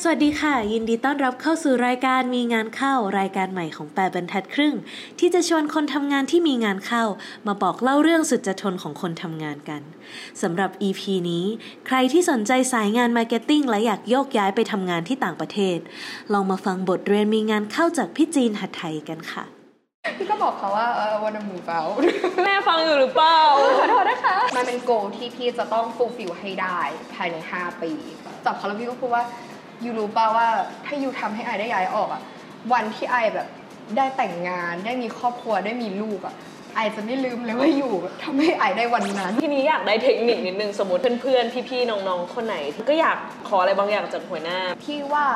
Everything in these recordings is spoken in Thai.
วัสดีค่ะยินดีต้อนรับเข้าสู่รายการมีงานเข้ารายการใหม่ของ8 บรรทัดครึ่งที่จะชวนคนทำงานที่มีงานเข้ามาบอกเล่าเรื่องสุดจะทนของคนทำงานกันสำหรับ EP นี้ใครที่สนใจสายงานมาร์เก็ตติ้งและอยากโยกย้ายไปทำงานที่ต่างประเทศลองมาฟังบทเรียนมีงานเข้าจากพี่จีนหัดไทยกันค่ะพี่ก็บอกเขาว่าwanna move out แม่ฟังอยู่หรือเปล่าขอโทษนะคะมันเป็นโกที่พี่จะต้อง fulfill ให้ได้ภายใน5 ปีตอบเขาแล้วพี่ก็พูดว่ายูรู้ป่าวว่าถ้ายูทำให้ไอได้ย้ายออกอ่ะวันที่ไอแบบได้แต่งงานได้มีครอบครัวได้มีลูกอ่ะไอจะไม่ลืมเลยว่าอยู่ทำให้ไอได้วันนั้นทีนี้อยากได้เทคนิคนิดนึงสมมติเพื่อนๆพี่ๆน้องๆคนไหนก็อยากขออะไรบางอย่างจากหัวหน้าพี่ว่า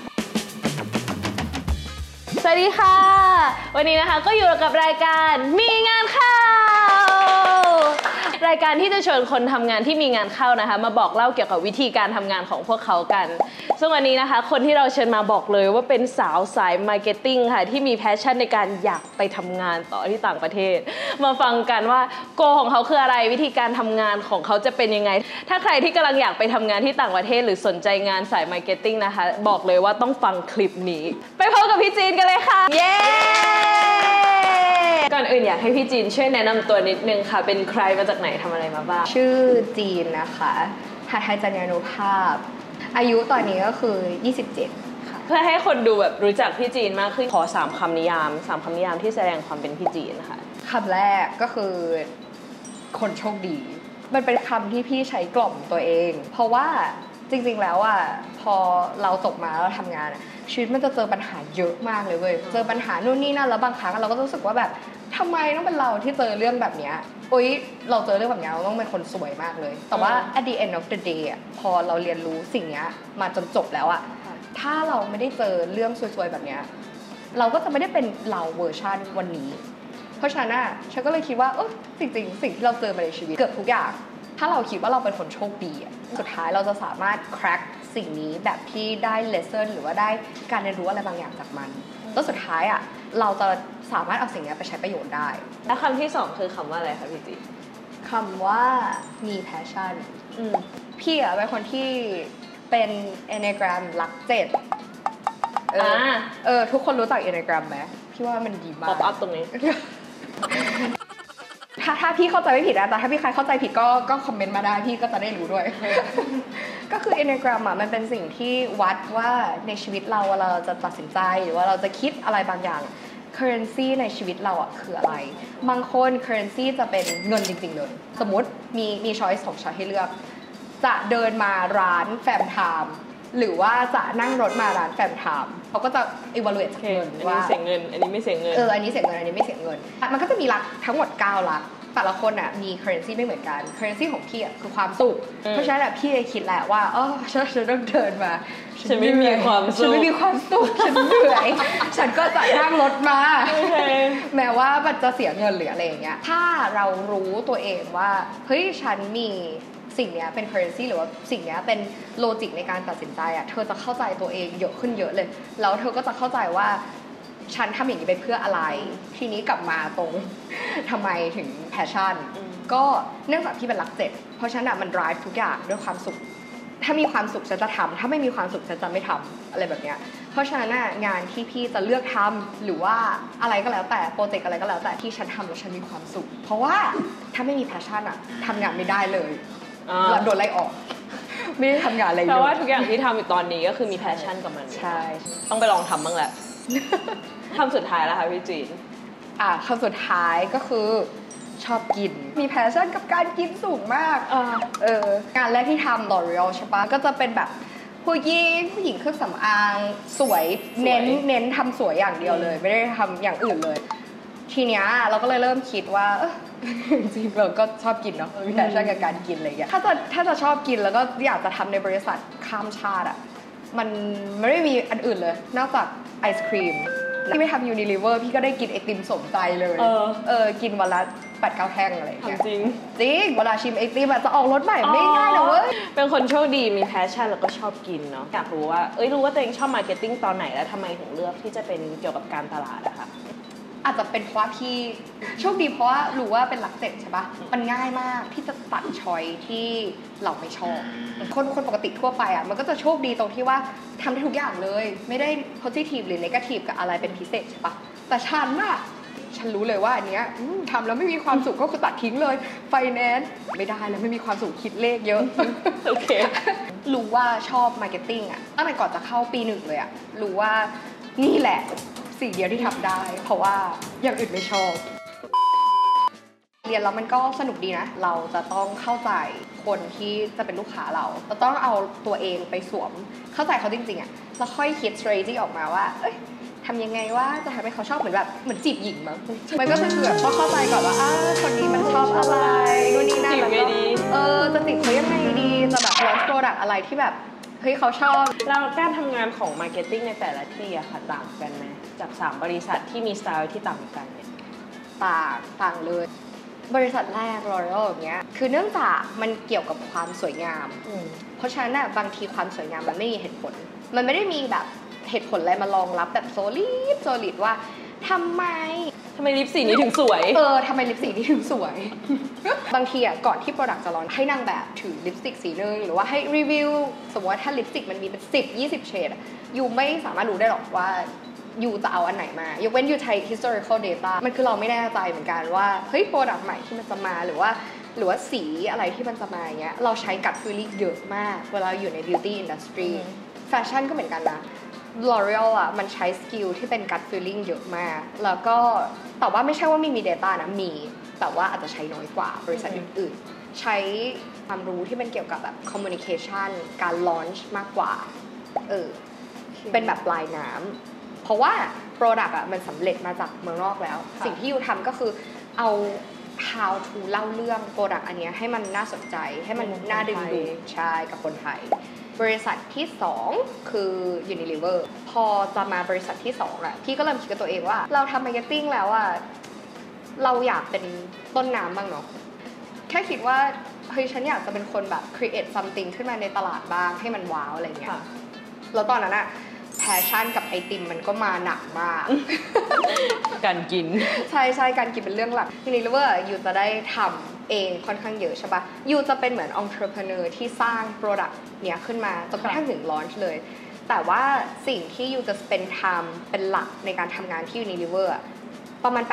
สวัสดีค่ะวันนี้นะคะก็อยู่กับรายการมีงานเข้ารายการที่จะชวนคนทำงานที่มีงานเข้านะคะมาบอกเล่าเกี่ยวกับวิธีการทำงานของพวกเขากันซึ่งวันนี้นะคะคนที่เราเชิญมาบอกเลยว่าเป็นสาวสายมาร์เก็ตติ้งค่ะที่มีแพชชั่นในการอยากไปทำงานต่อที่ต่างประเทศมาฟังกันว่าโกของเขาคืออะไรวิธีการทำงานของเขาจะเป็นยังไงถ้าใครที่กำลังอยากไปทำงานที่ต่างประเทศหรือสนใจงานสายมาร์เก็ตติ้งนะคะบอกเลยว่าต้องฟังคลิปนี้ไปพบกับพี่จีนกันเลยค่ะเย้ก่อนอื่นอยากให้พี่จีนช่วยแนะนำตัวนิดนึงค่ะเป็นใครมาจากไหนทำอะไรมาบ้างชื่อจีนนะคะหัดไทยจัญญานุภาพอายุตอนนี้ก็คือ27ค่ะเพื่อให้คนดูแบบรู้จักพี่จีนมากขึ้นขอ3 คำนิยาม3 คำนิยามที่แสดงความเป็นพี่จีนนะคะคำแรกก็คือคนโชคดีมันเป็นคำที่พี่ใช้กล่อมตัวเองเพราะว่าจริงๆแล้วอ่ะพอเราจบมาแล้วทำงานชีวิตมันจะเจอปัญหาเยอะมากเลยเว้ยเจอปัญหานู่นนี่นั่นแล้วบางครั้งเราก็รู้สึกว่าแบบทำไมต้องเป็นเราที่เจอเรื่องแบบนี้อุ๊ยเราเจอเรื่องแบบนี้เราต้องเป็นคนสวยมากเลยแต่ว่า at the end of the day อ่ะพอเราเรียนรู้สิ่งนี้มาจนจบแล้วอ่ะถ้าเราไม่ได้เจอเรื่องซวยๆแบบนี้เราก็จะไม่ได้เป็นเราเวอร์ชันวันนี้เพราะฉะนั้นฉันก็เลยคิดว่าจริงๆสิ่งที่เราเจอมาในชีวิตเกือบทุกอย่างถ้าเราคิดว่าเราเป็นคนโชคดีสุดท้ายเราจะสามารถ crack สิ่งนี้แบบที่ได้ lesson หรือว่าได้การเรียนรู้อะไรบางอย่างจากมันแล้วสุดท้ายเราจะสามารถเอาสิ่งนี้ไปใช้ประโยชน์ได้แล้วคำที่2คือคำว่าอะไรคะพี่จีคำว่ามี passion พี่เป็นคนที่เป็น Enneagram หลัก 7ทุกคนรู้จัก Enneagram ไหมพี่ว่ามันดีมาก pop up ตรงนี้ถ้าพี่เข้าใจไม่ผิดนะแต่ถ้าพี่ใครเข้าใจผิดก็คอมเมนต์มาได้พี่ก็จะได้รู้ด้วย ก็คือ Enneagram มันเป็นสิ่งที่วัดว่าในชีวิตเราจะตัดสินใจหรือว่าเราจะคิดอะไรบางอย่าง currency ในชีวิตเราคืออะไรบางคน currency จะเป็นเงินจริงๆเลยสมมติมี choice 2 choice ให้เลือกจะเดินมาร้านแฟมไทม์หรือว่าจะนั่งรถมาร้านแฟมไทม์เขาก็จะ evaluate จากเงินว่าอันนี้เสียเงินอันนี้ไม่เสียเงินอันนี้เสียเงินอันนี้ไม่เสียเงินมันก็จะมีหลักทั้งหมด9 หลักแต่ละคนมี currency ไม่เหมือนกัน currency ของพี่คือความสุขเพราะฉะนั้นพี่เลยคิดแหละว่าฉันต้องเดินมาฉันไม่มีความสุขฉันเหนื่อยฉันก็จะนั่งรถมาแม้ว่ามันจะเสียเงินหรืออะไรอย่างเงี้ยถ้าเรารู้ตัวเองว่าเฮ้ยฉันมีสิ่งนี้เป็น currency หรือว่าสิ่งนี้เป็นโลจิกในการตัดสินใจเธอจะเข้าใจตัวเองเยอะขึ้นเยอะเลยแล้วเธอก็จะเข้าใจว่าฉันทำอย่างนี้ไปเพื่ออะไรทีนี้กลับมาตรงทำไมถึง passion ก็เนื่องจากที่เป็นหลัก 7เพราะฉะนั้นมัน drive ทุกอย่างด้วยความสุขถ้ามีความสุขฉันจะทำถ้าไม่มีความสุขฉันจะไม่ทำอะไรแบบเนี้ยเพราะฉะนั้นงานที่พี่จะเลือกทำหรือว่าอะไรก็แล้วแต่โปรเจกต์อะไรก็แล้วแต่ที่ฉันทำแล้วฉันมีความสุขเพราะว่าถ้าไม่มี passion ทำงานไม่ได้เลยเราโดนไล่ออกไม่ได้ทำงานอะไรเลยเพราะว่าทุกอย่างที่ทำอยู่ตอนนี้ก็คือมีแพชชั่นกับมันใช่ต้องไปลองทำบ้างแหละคำสุดท้ายแล้วค่ะพี่จีนคำสุดท้ายก็คือชอบกินมีแพชชั่นกับการกินสูงมากงานแรกที่ทำ L'Oreal ใช่ปะก็จะเป็นแบบผู้หญิงเครื่องสำอางสวยเน้นทำสวยอย่างเดียวเลยไม่ได้ทำอย่างอื่นเลยทีเนี้ยเราก็เลยเริ่มคิดว่าจริงๆเราก็ชอบกินเนาะมีแพชชั่นกับการกินอะไรอย่างเงี้ยถ้าจะชอบกินแล้วก็อยากจะทำในบริษัทข้ามชาติมันไม่มีอันอื่นเลยนอกจากไอศครีมที่ไม่ทำ Unilever พี่ก็ได้กินไอติมสมใจเลยกินวันละ8-9 แท่งอะไรอย่างเงี้ยจริงเวลาชิมไอติมจะออกรสใหม่ไม่ง่ายนะเว้ยเป็นคนโชคดีมีแพชชั่นแล้วก็ชอบกินเนาะอยากรู้ว่ารู้ว่าตัวเองชอบมาร์เก็ตติ้งตอนไหนแล้วทำไมถึงเลือกที่จะเป็นเกี่ยวกับการตลาดอะคะอาจจะเป็นเพราะว่าพี่โชคดีเพราะว่ารู้ว่าเป็นหลักเจ็ดใช่ปะมันง่ายมากที่จะตัดชอยที่เราไม่ชอบคนปกติทั่วไปอ่ะมันก็จะโชคดีตรงที่ว่าทำได้ทุกอย่างเลยไม่ได้ positive หรือ negative กับอะไรเป็นพิเศษใช่ปะแต่ฉันรู้เลยว่าอันเนี้ยทำแล้วไม่มีความสุขก็คือตัดทิ้งเลยไฟแนนซ์ไม่ได้แล้วไม่มีความสุขคิดเลขเยอะโอเครู้ว่าชอบมาร์เก็ตติ้งอ่ะตั้งแต่ก่อนจะเข้าปี 1เลยอ่ะรู้ว่านี่แหละสิ่งเดียวที่ทำได้เพราะว่าอย่างอื่นไม่ชอบเรียนแล้วมันก็สนุกดีนะเราจะต้องเข้าใจคนที่จะเป็นลูกค้าเราต้องเอาตัวเองไปสวมเข้าใจเขาจริงๆอ่ะแล้วค่อยคิด strategy ออกมาว่าทำยังไงว่าจะทำให้เขาชอบเหมือนจีบหญิงมั้งมันก็จะคือแบบเข้าใจก่อนว่าคนนี้มันชอบอะไรนู่นนี่นั่นแล้วก็จะติดเขายังไงดีจะแบบ launch product อะไรที่แบบเฮ้ยเขาชอบแล้วการทำงานของมาร์เก็ตติ้งในแต่ละที่อะค่ะต่างกันไหมจาก3บริษัทที่มีสไตล์ที่ต่างกันเนี่ยต่างเลยบริษัทแรก L'Oreal อย่างเงี้ยคือเนื่องจากมันเกี่ยวกับความสวยงามเพราะฉะนั้นบางทีความสวยงามมันไม่มีเหตุผลมันไม่ได้มีแบบเหตุผลอะไรมารองรับแบบโซลิดว่าทำไมลิปสีนี้ถึงสวยทำไมลิปสีนี้ถึงสวย บางทีอ่ะก่อนที่โปรดักต์จะลอนให้นางแบบถือลิปสติกสีนึงหรือว่าให้รีวิวสมมติว่าถ้าลิปสติกมันมีเป็น10-20 เฉดยูไม่สามารถรู้ได้หรอกว่ายูจะเอาอันไหนมายกเว้นยูใช้ historical data มันคือเราไม่แน่ใจเหมือนกันว่าเฮ้ยโปรดักต์ใหม่ที่มันจะมาหรือว่าสีอะไรที่มันจะมาอย่างเงี้ยเราใช้gut feeling เยอะมากเวลาอยู่ใน beauty industry แฟชั่นก็เหมือนกันนะL'Oreal อ่ะมันใช้สกิลที่เป็น gut feeling เยอะมากแล้วก็แต่ว่าไม่ใช่ว่าไม่มี data นะมีแต่ว่าอาจจะใช้น้อยกว่าบริษัทอื่นๆใช้ความรู้ที่มันเกี่ยวกับแบบ communication การ launch มากกว่าเป็นแบบปลายน้ำเพราะว่า product อ่ะมันสำเร็จมาจากเมืองนอกแล้วสิ่งที่ยูทำก็คือเอา how to เล่าเรื่อง product อันนี้ให้มันน่าสนใจให้มันน่าดึงดูดใช่กับคนไทยบริษัทที่2คือ Unilever พอจะมาบริษัทที่2อ่ะพี่ก็เริ่มคิดกับตัวเองว่าเราทำมาร์เก็ตติ้งแล้วอ่ะเราอยากเป็นต้นน้ำบ้างเนาะแค่คิดว่าเฮ้ยฉันอยากจะเป็นคนแบบ create something ขึ้นมาในตลาดบ้างให้มันว้าวอะไรเงี้ยแล้วตอนนั้นอ่ะแพชชั่นกับไอติมมันก็มาหนักมากการกินใช่การกินเป็นเรื่องหลัก Unilever อยู่จะได้ทำเองค่อนข้างเยอะใช่ปะยูจะเป็นเหมือน entrepreneur ที่สร้าง product เนี้ยขึ้นมาจนกระทั่งถึง launch เลยแต่ว่าสิ่งที่ยูจะ spend time เป็นหลักในการทำงานที่ Unilever ประมาณ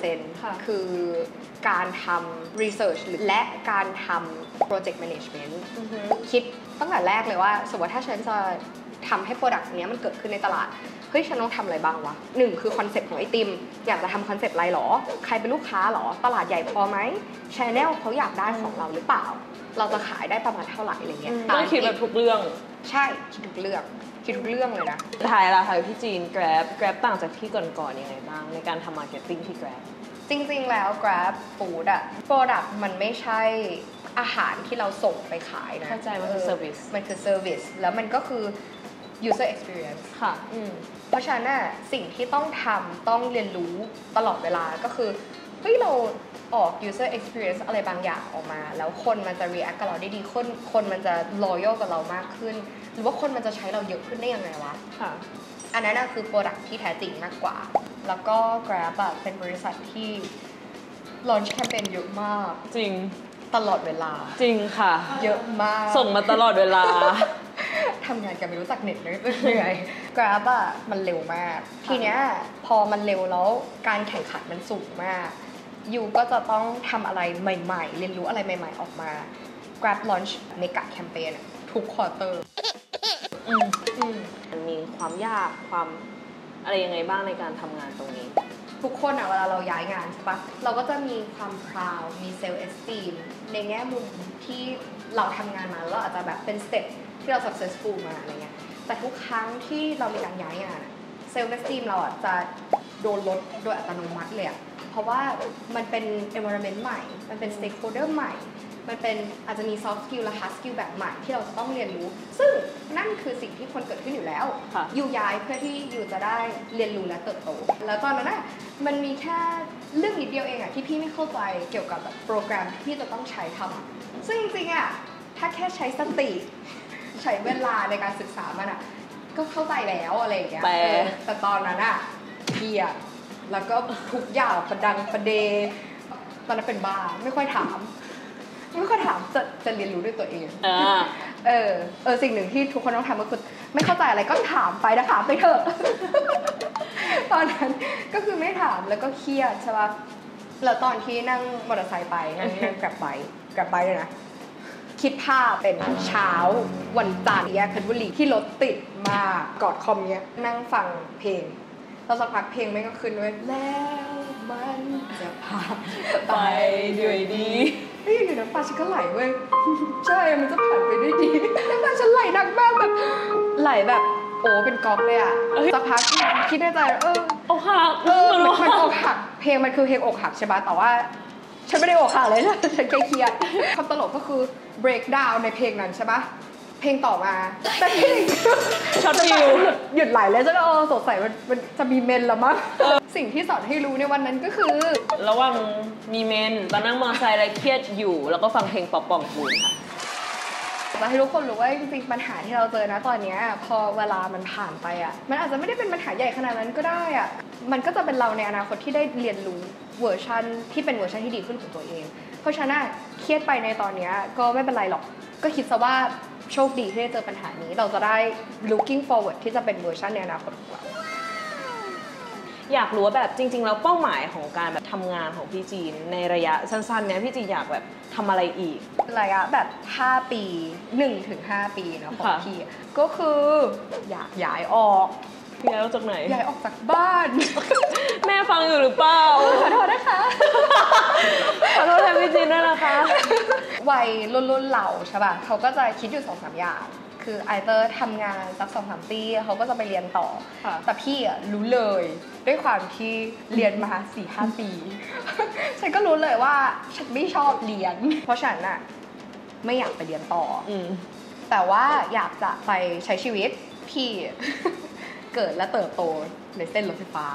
80% คือการทำ research และการทำ project management คิดตั้งแต่แรกเลยว่าสมมติถ้าฉันจะทำให้ product เนี้ยมันเกิดขึ้นในตลาดเฮ้ยฉันต้องทำอะไรบ้างวะ1คือคอนเซ็ปต์ของไอติมอยากจะทำคอนเซ็ปต์อะไรหรอใครเป็นลูกค้าหรอตลาดใหญ่พอไหม channel เขาอยากได้ของเราหรือเปล่าเราจะขายได้ประมาณเท่าไหร่อะไรเงี้ยต้องคิดแบบทุกเรื่องใช่คิดทุกเรื่องเลยนะถ่ายละค่ะพี่จีน Grab ต่างจากที่ก่อนๆยังไงบ้างในการทำ marketing ที่ Grab จริงๆแล้ว Grab Food อะ product มันไม่ใช่อาหารที่เราส่งไปขายนะเข้าใจมันคือ service มันคือ service แล้วมันก็คือ user experience ค่ะเพราะฉะนั้นน่ะสิ่งที่ต้องทำต้องเรียนรู้ตลอดเวลาก็คือเฮ้ยเราออก user experience อะไรบางอย่างออกมาแล้วคนมันจะ react กับเราได้ดีคนมันจะ loyal กับเรามากขึ้นหรือว่าคนมันจะใช้เราเยอะขึ้นได้ยังไงวะค่ะอันนั้นคือ product ที่แท้จริงมากกว่าแล้วก็ Grab อ่ะเป็นบริษัทที่ launch campaign เยอะมากจริงตลอดเวลาจริงค่ะเยอะมากส่งมาตลอดเวลาทำงานกันไม่รู้จักเน็ตเลยเหนื่อย Grab อ่ะมันเร็วมากทีเนี้ยพอมันเร็วแล้วการแข่งขันมันสูงมากยูก็จะต้องทำอะไรใหม่ๆเรียนรู้อะไรใหม่ๆออกมา Grab launch mega campaign ทุกควอเตอร์มันมีความยากความอะไรยังไงบ้างในการทำงานตรงนี้ทุกคนเวลาเราย้ายงานใช่ปะเราก็จะมีความ proud มี self esteem ในแง่มุมที่เราทำงานมาแล้วอาจจะแบบเป็นสเต็ปที่เรา successful มาอะไรเงี้ยแต่ทุกครั้งที่เรามีการย้ายงาน self esteem เราจะโดนลดโดยอัตโนมัติเลยเพราะว่ามันเป็น environment ใหม่มันเป็น stakeholder ใหม่มันเป็นอาจจะมี soft skill และ hard skill แบบใหม่ที่เราจะต้องเรียนรู้ซึ่งนั่นคือสิ่งที่คนเกิดขึ้นอยู่แล้วอยู่ย้ายเพื่อที่อยู่จะได้เรียนรู้และเติบโตแล้วตอนนั้นมันมีแค่เรื่องนิดเดียวเองที่พี่ไม่เข้าใจเกี่ยวกับแบบโปรแกรมที่พี่จะต้องใช้ทำซึ่งจริงๆถ้าแค่ใช้สติใช้เวลาในการศึกษามันก็เข้าใจแล้วอะไรอย่างเงี้ยแต่ตอนนั้นพี่แล้วก็ทุกอย่างประดังประเดตอนนั้นเป็นบ้าไม่ค่อยถามจะเรียนรู้ด้วยตัวเองสิ่งหนึ่งที่ทุกคนต้องทำก็คือไม่เข้าใจอะไรก็ถามไปนะถามไปเถอะ ตอนนั้นก็คือไม่ถามแล้วก็เครียดใช่ป่ะแล้วตอนที่นั่งมอเตอร์ไซค์ไปนั่งแกร็บไบค์เลยนะคิดภาพเป็นเช้าวันจันทร์แยกเพชรบุรีที่รถติดมากกอดคอมเนี้ยนั่งฟังเพลงแล้วสักพักเพลงไม่ก็ขึ้นด้วยแล้วมันจะผ่านไปด้วยดีอยู่น้ำตาฉันก็ไหลเว้ยใช่มันจะผ่านไปด้วยดีน้ำตาฉันไหลหนักมากแบบไหลแบบโอ้เป็นก๊อกเลยอ่ะสักพักคิดในใจอกหักมันอกหักเพลงมันคือเพลงอกหักใช่ป่ะแต่ว่าฉันไม่ได้อกหักเลยฉันแค่เครียดความตลกก็คือ break down ในเพลงนั้นใช่ป่ะเพลงต่อมาแต่เพลงช็อตฟิวหยุดไหลเลยฉันสงสัยมันจะมีเมนแล้วมั้งสิ่งที่สอนให้รู้ในวันนั้นก็คือระหว่างมีเมนตอนนั่งมอเตอร์ไซค์อะไรเครียดอยู่แล้วก็ฟังเพลงป๊อปปองกูลค่ะจะให้ทุกคนรู้ว่าจริงๆปัญหาที่เราเจอนะตอนนี้พอเวลามันผ่านไปอ่ะมันอาจจะไม่ได้เป็นปัญหาใหญ่ขนาดนั้นก็ได้อ่ะมันก็จะเป็นเราในอนาคตที่ได้เรียนรู้เวอร์ชันที่เป็นเวอร์ชันที่ดีขึ้นของตัวเองเพราะฉะนั้นเครียดไปในตอนนี้ก็ไม่เป็นไรหรอกก็คิดซะว่าโชคดีที่ได้เจอปัญหานี้เราจะได้ looking forward ที่จะเป็นเวอร์ชันในอนาคตของเราอยากรู้ว่าแบบจริงๆแล้วเป้าหมายของการแบบทำงานของพี่จีนในระยะสั้นๆเนี้ยพี่จีนอยากแบบทำอะไรอีกระยะแบบ5 ปี 1-5 ปีนะของพี่ก็คืออยากย้ายออกจากไหนย้ายออกจากบ้านแม่ฟังอยู่หรือเปล่าขอโทษนะคะขอโทษแทนพี่จีนด้วยนะคะวัยรุ่นเราใช่ป่ะเขาก็จะคิดอยู่ 2-3 อย่างคือไอเตอร์ทำงานสัก 2-3 ปีเขาก็จะไปเรียนต่อแต่พี่รู้เลยด้วยความที่เรียนมา 4-5 ปีฉันก็รู้เลยว่าฉันไม่ชอบเรียนเพราะฉันน่ะไม่อยากไปเรียนต่อแต่ว่าอยากจะไปใช้ชีวิตพี่เกิดและเติบโตในเส้นรถไฟฟ้า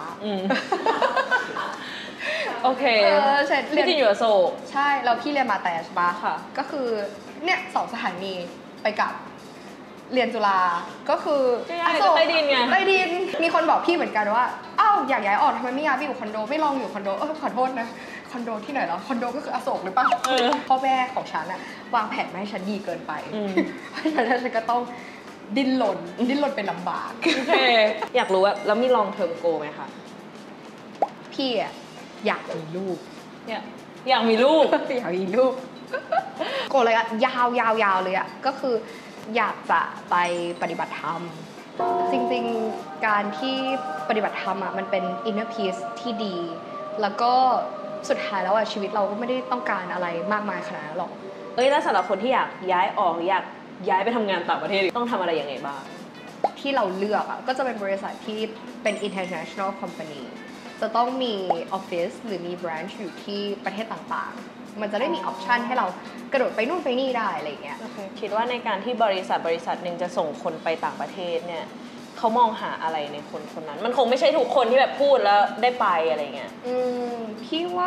โอเคพี่จีนอยู่อโศกใช่เราพี่เรียนมาแต่ใช่ปะก็คือเนี่ย2 สถานีไปกับเรียนจุฬาก็คือใต้ดินไงใต้ดินมีคนบอกพี่เหมือนกันว่าอ้าวอยากย้ายออกทำไมไม่ย้ายไปอยู่คอนโดไม่ลองอยู่คอนโดขอโทษนะคอนโดที่ไหนหรอคอนโดก็คืออโศกหรือเปล่าพ่อแม่ของฉันอะวางแผนไม่ให้ฉันดีเกินไปเพราะฉะนั้นฉันก็ต้องดิ้นรนเป็นลำบากอยากรู้ว่าแล้วมีลองเทอมโกไหมคะพี่อะอยากมีลูกอยากมีลูกโกเลยอะยาวเลยอะก็คืออยากจะไปปฏิบัติธรรมจริงๆการที่ปฏิบัติธรรมอะมันเป็น inner peace ที่ดีแล้วก็สุดท้ายแล้วอะชีวิตเราก็ไม่ได้ต้องการอะไรมากมายขนาดนั้นหรอกแล้วสำหรับคนที่อยากย้ายออกอยากย้ายไปทำงานต่างประเทศต้องทำอะไรยังไงบ้างที่เราเลือกอะก็จะเป็นบริษัทที่เป็น international company จะต้องมีออฟฟิศหรือมี branch อยู่ที่ประเทศต่างๆมันจะได้มีออปชันให้เรากระโดดไปนู่นไปนี่ได้อะไรเงี้ยคิดว่าในการที่บริษัทหนึ่งจะส่งคนไปต่างประเทศเนี่ยเขามองหาอะไรในคนนั้นมันคงไม่ใช่ทุกคนที่แบบพูดแล้วได้ไปอะไรเงี้ยพี่ว่า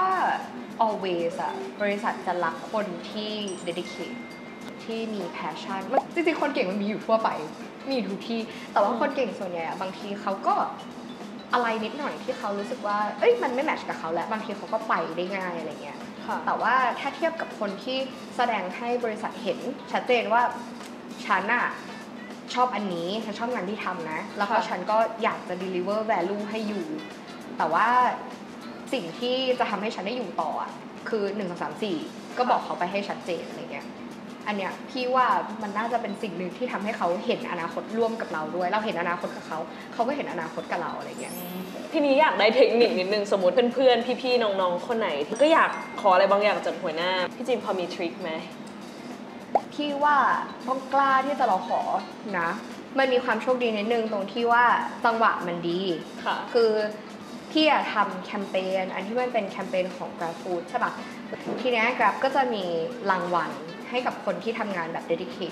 always อะบริษัทจะรักคนที่ dedicate ที่มี passion จริงๆคนเก่งมันมีอยู่ทั่วไปมีทุกที่แต่ว่าคนเก่งส่วนใหญ่บางทีเขาก็อะไรนิดหน่อยที่เขารู้สึกว่ามันไม่แมทช์กับเขาแล้วบางทีเขาก็ไปได้ง่ายอะไรเงี้ยแต่ว่าถ้าเทียบกับคนที่แสดงให้บริษัทเห็นชัดเจนว่าฉันอะชอบอันนี้ฉันชอบงานที่ทำนะแล้วก็ฉันก็อยากจะ deliver value ให้อยู่แต่ว่าสิ่งที่จะทำให้ฉันได้อยู่ต่อคือ1 2 3 4ก็บอกเขาไปให้ชัดเจนอะไรเงี้ยอันเนี้ยพี่ว่ามันน่าจะเป็นสิ่งหนึ่งที่ทำให้เขาเห็นอนาคตร่วมกับเราด้วยเราเห็นอนาคตกับเขาเขาก็เห็นอนาคตกับเราอะไรเงี้ยพี่นี้อยากได้เทคนิคนิดนึงสมมติเพื่อนๆพี่ๆน้องๆคนไหนที่ก็อยากขออะไรบางอย่างจากหัวหน้าพี่จิมพอมีทริคไหมพี่ว่าต้องกล้าที่จะเราขอนะมันมีความโชคดีนิดนึงตรงที่ว่าจังหวะมันดีคือพี่ทำแคมเปญอันที่มันเป็นแคมเปญของ Grab Food ใช่ปะทีนี้ Grab ก็จะมีรางวัลให้กับคนที่ทำงานแบบ dedicate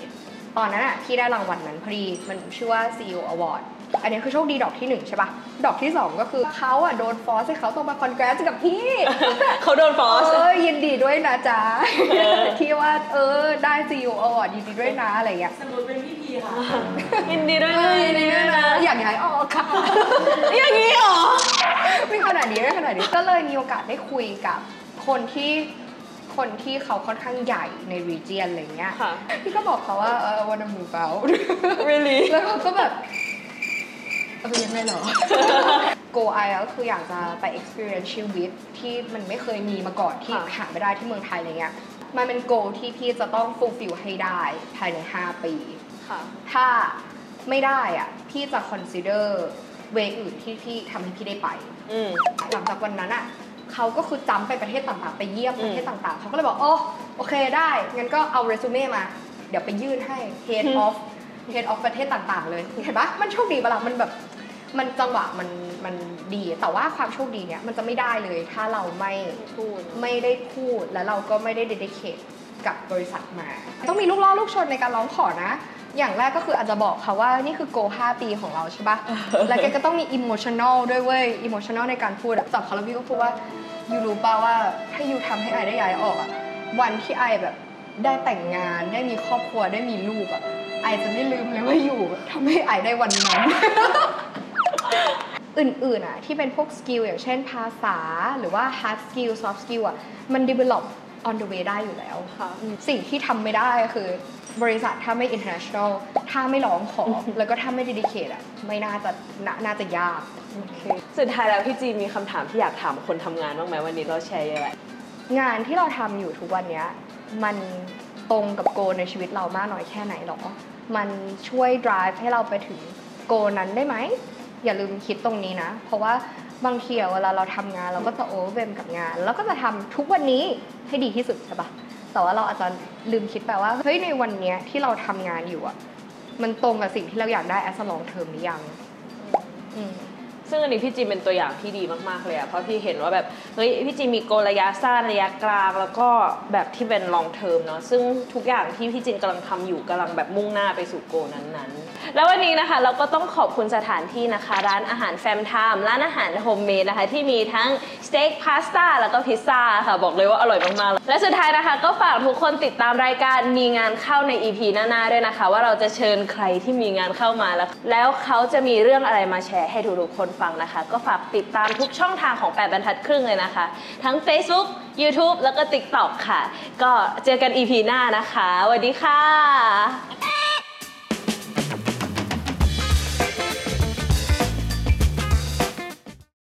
ตอนนั้นอ่ะพี่ได้รางวัลนั้นพอดีมันชื่อว่า CEO Award อันนี้คือโชคดีดอกที่1ใช่ปะดอกที่2ก็คือเขาอ่ะโดนฟอร์สให้เขาต้องมาคอนแกรสกับพี่เขาโดนฟอสยินดีด้วยนะจ๊ะที่ว่าได้ CEO Award ยินดีด้วยนะอะไรเงี้ยสมมติเป็นพี่พีค่ะยินดีด้วยนะยินดีด้วยนะอยากย้ายออกค่ะอย่างนี้หรอไม่ขนาดนี้ก็เลยมีโอกาสได้คุยกับคนที่เขาค่อนข้างใหญ่ใน region อะไรเงี้ยพี่ก็บอกเขาว่าwanna move out really แล้วเขาก็แบบยังไงเหรอ go I ก็คืออยากจะไป experience ชีวิตที่มันไม่เคยมีมาก่อนที่หาไม่ได้ที่เมืองไทยอะไรเงี้ยมันเป็น goal ที่พี่จะต้อง fulfill ให้ได้ภายใน5 ปีถ้าไม่ได้อ่ะพี่จะ consider way อื่นที่พี่ทำให้พี่ได้ไปหลังจากวันนั้นอ่ะเขาก็คือจำไปประเทศต่างๆไปเยี่ยมประเทศต่างๆเขาก็เลยบอกโอเคได้งั้นก็เอาเรซูเม่มาเดี๋ยวไปยื่นให้ head of ประเทศต่างๆเลยเห็นปะมันโชคดีปะล่ะมันแบบมันจังหวะมันดีแต่ว่าความโชคดีเนี้ยมันจะไม่ได้เลยถ้าเราไม่ได้พูดแล้วเราก็ไม่ได้ dedicate กับบริษัทมาต้องมีลูกล่อลูกชนในการร้องขอนะอย่างแรกก็คืออาจจะบอกเขาว่านี่คือ goal 5 ปีของเราใช่ปะแล้วแกก็ต้องมี emotional ด้วยเว้ย emotional ในการพูดจับเขาแล้วพี่ก็พูดว่ายูรู้ป่าว่าถ้ายูทำให้ไอได้ย้ายออกอะวันที่ไอแบบได้แต่งงานได้มีครอบครัวได้มีลูกอะไอจะไม่ลืมเลยว่ายูทำให้ไอได้วันนั้น อื่นๆอะที่เป็นพวกสกิลอย่างเช่นภาษาหรือว่า hard skill soft skill อะมัน develop on the way ได้อยู่แล้วค่ะสิ่งที่ทำไม่ได้คือบริษัทถ้าไม่ international ถ้าไม่ร้องขอ แล้วก็ถ้าไม่ dedicate อะไม่น่าจะยากสุดท้ายแล้วพี่จีมีคำถามที่อยากถามคนทำงานบ้างไหมวันนี้เราแชร์เยอะงานที่เราทำอยู่ทุกวันนี้มันตรงกับโกในชีวิตเรามากน้อยแค่ไหนหรอมันช่วย drive ให้เราไปถึงโกนั้นได้ไหมอย่าลืมคิดตรงนี้นะเพราะว่าบางทีเวลาเราทำงานเราก็จะ overwhelm กับงานแล้วก็จะทำทุกวันนี้ให้ดีที่สุดใช่ปะแต่ว่าเราอาจจะลืมคิดไปว่าเฮ้ยในวันนี้ที่เราทำงานอยู่อะมันตรงกับสิ่งที่เราอยากได้ as a long term หรือยังซึ่งอันนี้พี่จีเป็นตัวอย่างที่ดีมากๆเลยอะเพราะพี่เห็นว่าแบบเฮ้ยพี่จีมีโกระยะสั้นระยะกลางแล้วก็แบบที่เป็น long term เนาะซึ่งทุกอย่างที่พี่จีกำลังทำอยู่กำลังแบบมุ่งหน้าไปสู่โกนั้นๆแล้ววันนี้นะคะเราก็ต้องขอบคุณสถานที่นะคะร้านอาหารแฟมไทม์ร้านอาหารโฮมเมดนะคะที่มีทั้งสเต็กพาสต้าแล้วก็พิซซ่าค่ะบอกเลยว่าอร่อยมากๆและสุดท้ายนะคะก็ฝากทุกคนติดตามรายการมีงานเข้าใน EP หน้าๆด้วยนะคะว่าเราจะเชิญใครที่มีงานเข้ามาแล้วเขาจะมีเรื่องอะไรมาแชร์ให้ทุกๆคนฟังนะคะก็ฝากติดตามทุกช่องทางของ8 บรรทัดครึ่งเลยนะคะทั้ง Facebook YouTube แล้วก็ TikTok ค่ะก็เจอกัน EP หน้านะคะสวัสดีค่ะ